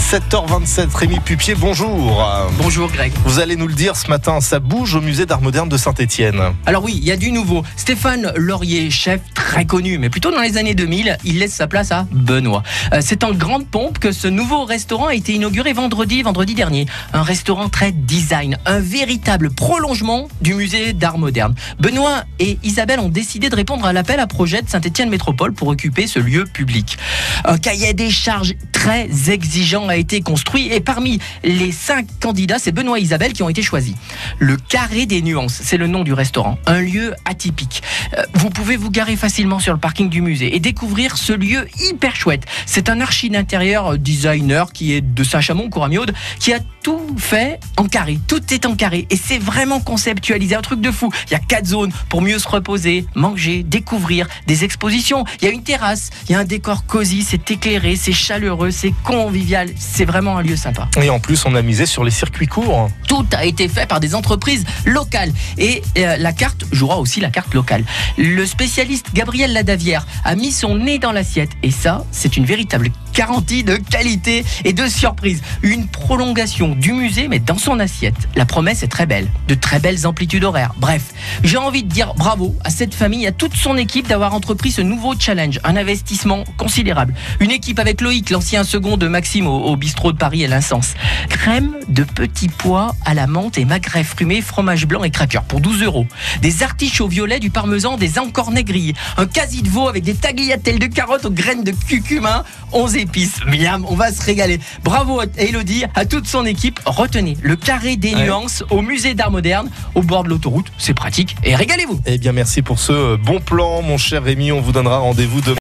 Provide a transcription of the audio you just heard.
7h27, Rémi Pupier, bonjour. Bonjour Greg. Vous allez nous le dire ce matin, ça bouge au musée d'art moderne de Saint-Étienne. Alors oui, il y a du nouveau. Stéphane Laurier, chef très connu, mais plutôt dans les années 2000, il laisse sa place à Benoît. C'est en grande pompe que ce nouveau restaurant a été inauguré vendredi dernier. Un restaurant très design, un véritable prolongement du musée d'art moderne. Benoît et Isabelle ont décidé de répondre à l'appel à projet de Saint-Étienne Métropole pour occuper ce lieu public. Un cahier des charges très exigeant a été construit et parmi les 5 candidats, c'est Benoît et Isabelle qui ont été choisis. Le Carré des Nuances, c'est le nom du restaurant, un lieu atypique. Vous pouvez vous garer facilement sur le parking du musée et découvrir ce lieu hyper chouette. C'est un archi d'intérieur designer qui est de Saint-Chamond-Couramiode qui a tout fait en carré. Tout est en carré et c'est vraiment conceptualisé, un truc de fou. Il y a 4 zones pour mieux se reposer, manger, découvrir, des expositions. Il y a une terrasse, il y a un décor cosy, c'est éclairé, c'est chaleureux, c'est convivial. C'est vraiment un lieu sympa. Et en plus, on a misé sur les circuits courts. Tout a été fait par des entreprises locales et la carte jouera aussi la carte locale. Le spécialiste Gabriel Ladavière a mis son nez dans l'assiette et ça, c'est une véritable garantie de qualité et de surprise. Une prolongation du musée, mais dans son assiette. La promesse est très belle, de très belles amplitudes horaires. Bref, j'ai envie de dire bravo à cette famille, à toute son équipe d'avoir entrepris ce nouveau challenge, un investissement considérable. Une équipe avec Loïc, l'ancien second de Maxime au bistrot de Paris et l'Insens. Crème de petits pois à la menthe et magret fumé, fromage blanc et craqueur pour 12 €. Des artichauts violets, du parmesan, des encornets grillés. Un quasi de veau avec des tagliatelles de carottes aux graines de curcuma, 11 épices. Miam, on va se régaler. Bravo à Elodie, à toute son équipe. Retenez le Carré des Nuances au musée d'art moderne, au bord de l'autoroute. C'est pratique et régalez-vous. Eh bien, merci pour ce bon plan, mon cher Rémi. On vous donnera rendez-vous demain.